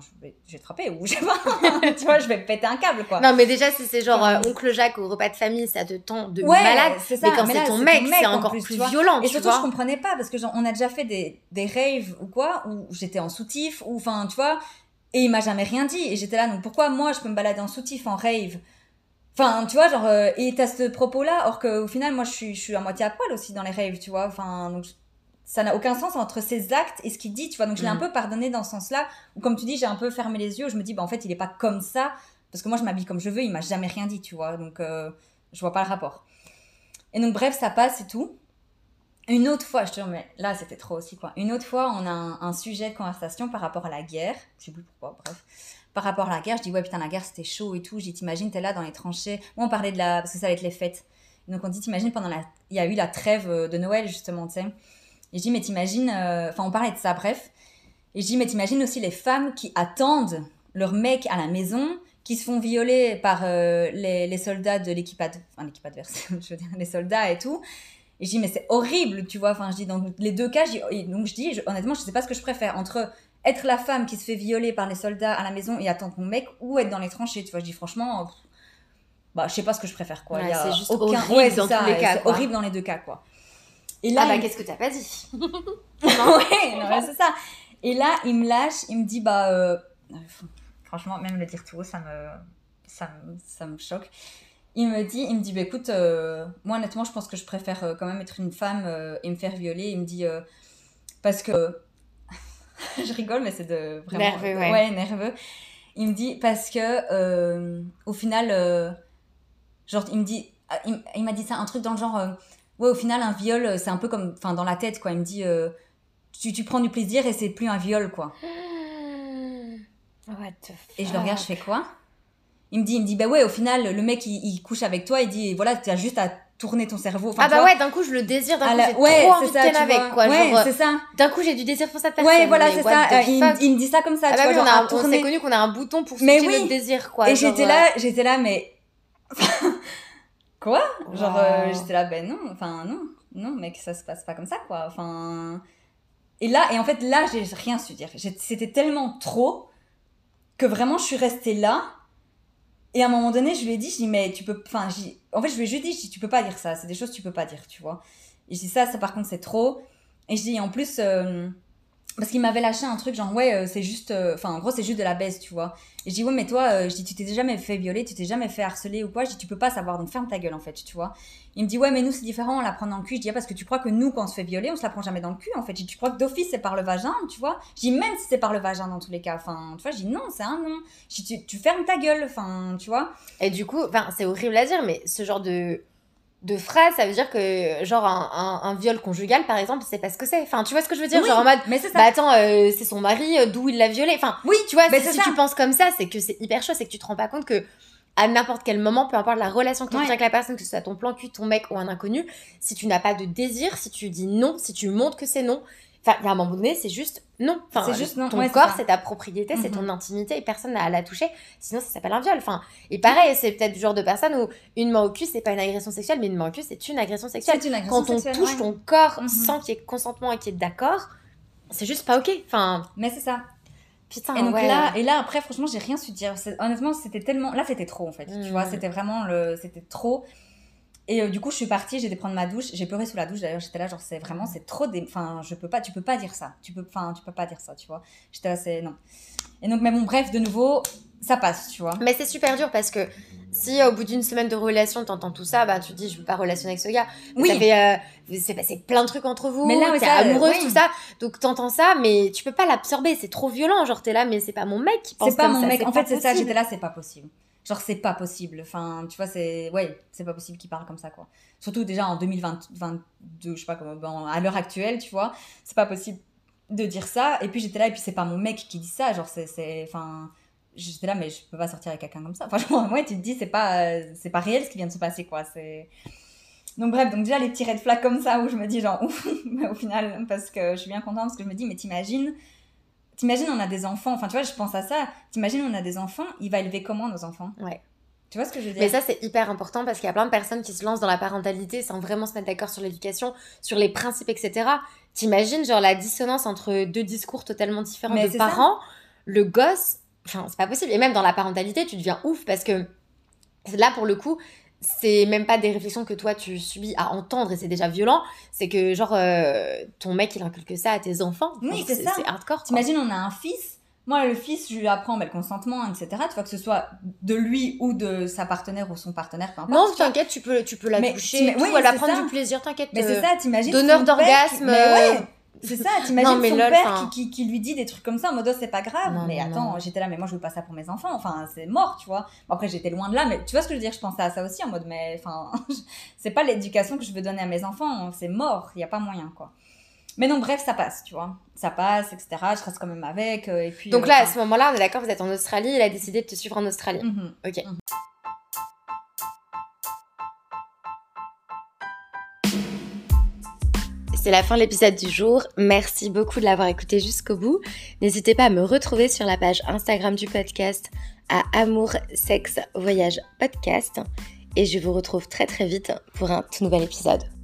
te frapper, ou je sais pas, tu vois, je vais péter un câble, quoi. Non, mais déjà, si c'est genre oncle Jacques au repas de famille, ça te tend de Ouais, malade. c'est ça. Mais quand Mais c'est là, ton mec, c'est en encore plus, plus tu vois. violent, Et tu surtout, vois. je comprenais pas, parce que genre, on a déjà fait des raves ou quoi, où j'étais en soutif, ou enfin, tu vois, et il m'a jamais rien dit. Et j'étais là, donc pourquoi moi, je peux me balader en soutif, en rave? Enfin, tu vois, genre, et t'as ce propos-là, or qu'au final, moi, je suis à moitié à poil aussi dans les raves, tu vois. Enfin, donc, ça n'a aucun sens entre ses actes et ce qu'il dit, tu vois. Donc, je l'ai un peu pardonné dans ce sens-là, où, comme tu dis, j'ai un peu fermé les yeux, où je me dis, bah, en fait, il est pas comme ça, parce que moi, je m'habille comme je veux, il m'a jamais rien dit, tu vois. Donc, je vois pas le rapport. Et donc, bref, ça passe et tout. Une autre fois, je te jure, mais là, c'était trop aussi, quoi. Une autre fois, on a un sujet de conversation par rapport à la guerre. Je sais plus pourquoi, bref. Par rapport à la guerre, je dis, ouais, putain, la guerre, c'était chaud et tout. Je dis, t'imagines, t'es là dans les tranchées. Moi, on parlait parce que ça va être les fêtes. Et donc, on dit, t'imagines, il y a eu la trêve de Noël, justement, tu sais. Et je dis, mais t'imagines, enfin, on parlait de ça, bref. Et je dis, mais t'imagines aussi les femmes qui attendent leur mec à la maison, qui se font violer par les soldats de l'équipe adverse, je veux dire, les soldats et tout. Et je dis, mais c'est horrible, tu vois. Enfin, je dis, dans les deux cas, honnêtement, je sais pas ce que je préfère. Entre être la femme qui se fait violer par les soldats à la maison et attendre mon mec, ou être dans les tranchées, tu vois. Je dis, franchement, je sais pas ce que je préfère, quoi. Ouais, Il y a c'est juste aucun... horrible Ouais, c'est dans ça, tous les cas, c'est quoi. horrible dans les deux cas, quoi. Et là, qu'est-ce que t'as pas dit? ouais, non, mais c'est ça. Et là, il me lâche, il me dit, franchement, même le dire tout haut, ça me choque. Il me dit, bah, écoute, moi, honnêtement, je pense que je préfère quand même être une femme et me faire violer. Il me dit, parce que, je rigole, mais c'est vraiment... Nerveux, ouais. Ouais, nerveux. Il me dit, parce que, au final, genre, il me dit, il m'a dit ça, un truc dans le genre, ouais, au final, un viol, c'est un peu comme, enfin, dans la tête, quoi. Il me dit, tu prends du plaisir et c'est plus un viol, quoi. What the fuck? Et je le regarde, je fais quoi? Il me dit, bah ouais, au final, le mec, il couche avec toi, il dit, voilà, tu as juste à tourner ton cerveau. Enfin, ouais, d'un coup, je le désire, d'un coup, j'ai trop envie de ça, ken avec, quoi. Ouais, genre, c'est ça. D'un coup, j'ai du désir pour cette personne. Ouais, voilà, mais c'est what ça. the Il fuck? me dit ça comme ça, Ah tu bah vois, oui, genre, à on tourner. s'est connu qu'on a un bouton pour Mais switcher oui. notre désir, quoi. Et genre, j'étais là, mais... Quoi? Genre, Wow. j'étais là, ben non, enfin, non, mec, ça se passe pas comme ça, quoi. Enfin... Et en fait, là, j'ai rien su dire. C'était tellement trop que vraiment, je suis restée là. Et à un moment donné, je lui ai dit, je dis, mais tu peux... Enfin, en fait, je lui ai juste dit, tu peux pas dire ça. C'est des choses que tu peux pas dire, tu vois. Et je dis, ça par contre, c'est trop. Et je dis, en plus... parce qu'il m'avait lâché un truc genre, ouais, c'est juste... Enfin, en gros, c'est juste de la baisse, tu vois. Et je dis, ouais, mais toi, je dis, tu t'es jamais fait violer, tu t'es jamais fait harceler ou quoi. Je dis, tu peux pas savoir, donc ferme ta gueule, en fait, tu vois. Il me dit, ouais, mais nous, c'est différent, on la prend dans le cul. Je dis, parce que tu crois que nous, quand on se fait violer, on se la prend jamais dans le cul, en fait. Je dis, tu crois que d'office, c'est par le vagin, tu vois. Je dis, même si c'est par le vagin, dans tous les cas. Enfin, tu vois, je dis, non, c'est un non. Je dis, tu fermes ta gueule, enfin, tu vois. Et du coup, c'est horrible à dire, mais ce genre de phrase, ça veut dire que, genre, un viol conjugal, par exemple, c'est pas ce que c'est. Enfin, tu vois ce que je veux dire? Oui, genre en mode, mais c'est ça. bah attends, c'est son mari, d'où il l'a violé. Enfin, Oui, tu vois, mais si ça. tu penses comme ça, c'est que c'est hyper chaud, c'est que tu te rends pas compte que à n'importe quel moment, peu importe la relation que tu as avec la personne, que ce soit ton plan cul, ton mec ou un inconnu, si tu n'as pas de désir, si tu dis non, si tu montres que c'est non, enfin, il y a un moment donné, c'est juste non. Enfin, c'est juste non. Ton ouais, corps, c'est ta propriété, c'est ton intimité et personne n'a à la toucher. Sinon, ça s'appelle un viol. Enfin, et pareil, c'est peut-être du genre de personne où une main au cul, c'est pas une agression sexuelle, mais une main au cul, c'est une agression sexuelle. C'est une agression Quand on sexuelle, touche ouais. ton corps sans qu'il y ait consentement et qu'il y ait d'accord, c'est juste pas ok. Enfin, mais c'est ça. putain, et donc ouais. là après franchement j'ai rien su dire, honnêtement c'était tellement, là c'était trop en fait, tu vois, c'était vraiment c'était trop. Et du coup, je suis partie, j'ai été prendre ma douche, j'ai pleuré sous la douche. D'ailleurs, j'étais là, genre, c'est trop... Enfin, tu peux pas dire ça. Tu peux pas dire ça, tu vois. J'étais là, c'est... Non. Et donc, mais bon, bref, de nouveau, ça passe, tu vois. Mais c'est super dur parce que si au bout d'une semaine de relation, t'entends tout ça, bah tu te dis, je veux pas relationner avec ce gars. Oui. Ça fait... c'est passé plein de trucs entre vous, Mais là, t'es ça, amoureuse, oui. tout ça. Donc t'entends ça, mais tu peux pas l'absorber, c'est trop violent. Genre, t'es là, mais c'est pas mon mec qui pense C'est pas comme mon ça, mec. En fait, c'est ça, possible. j'étais là, c'est pas possible. Genre, c'est pas possible. Enfin, tu vois, c'est pas possible qu'il parle comme ça, quoi. Surtout déjà en 2022, je sais pas comment, à l'heure actuelle, tu vois, c'est pas possible de dire ça. Et puis j'étais là, et puis c'est pas mon mec qui dit ça. Genre, enfin, j'étais là, mais je peux pas sortir avec quelqu'un comme ça. Franchement, moi, tu te dis, c'est pas réel ce qui vient de se passer, quoi. Donc bref, donc déjà les petits red flags comme ça où je me dis genre ouf, mais au final, parce que je suis bien contente, parce que je me dis, mais t'imagines, on a des enfants, enfin tu vois, je pense à ça, t'imagines on a des enfants, il va élever comment nos enfants? Ouais. Tu vois ce que je veux dire? Mais ça, c'est hyper important parce qu'il y a plein de personnes qui se lancent dans la parentalité sans vraiment se mettre d'accord sur l'éducation, sur les principes, etc. T'imagines, genre, la dissonance entre deux discours totalement différents Mais de c'est parents, le gosse, enfin, c'est pas possible. Et même dans la parentalité, tu deviens ouf parce que là, pour le coup, c'est même pas des réflexions que toi, tu subis à entendre et c'est déjà violent. C'est que, genre, ton mec, il inculque ça à tes enfants. Oui, Enfin, c'est ça. C'est hardcore, quoi. T'imagines, on a un fils. Moi, le fils, je lui apprends le consentement, etc. Tu vois, que ce soit de lui ou de sa partenaire ou son partenaire, peu importe. Non, t'inquiète, tu peux la toucher, tout, oui, elle va c'est prendre ça. du plaisir, t'inquiète. Mais c'est ça, t'imagines. Donneur son père d'orgasme. Mais ouais, c'est ça, t'imagines Non, mais son lol, père enfin- qui lui dit des trucs comme ça en mode oh, c'est pas grave. Non, mais non, attends, non. j'étais là, mais moi je veux pas ça pour mes enfants. Enfin, c'est mort, tu vois. Bon, après, j'étais loin de là, mais tu vois ce que je veux dire? Je pensais à ça aussi en mode, mais enfin, c'est pas l'éducation que je veux donner à mes enfants, c'est mort, il y a pas moyen, quoi. Mais non, bref, ça passe, tu vois. Ça passe, etc. Je reste quand même avec. Et puis, Donc là, à ce moment-là, on est d'accord, vous êtes en Australie, il a décidé de te suivre en Australie. Ok. C'est la fin de l'épisode du jour. Merci beaucoup de l'avoir écouté jusqu'au bout. N'hésitez pas à me retrouver sur la page Instagram du podcast à Amour, Sexe, Voyage Podcast. Et je vous retrouve très très vite pour un tout nouvel épisode.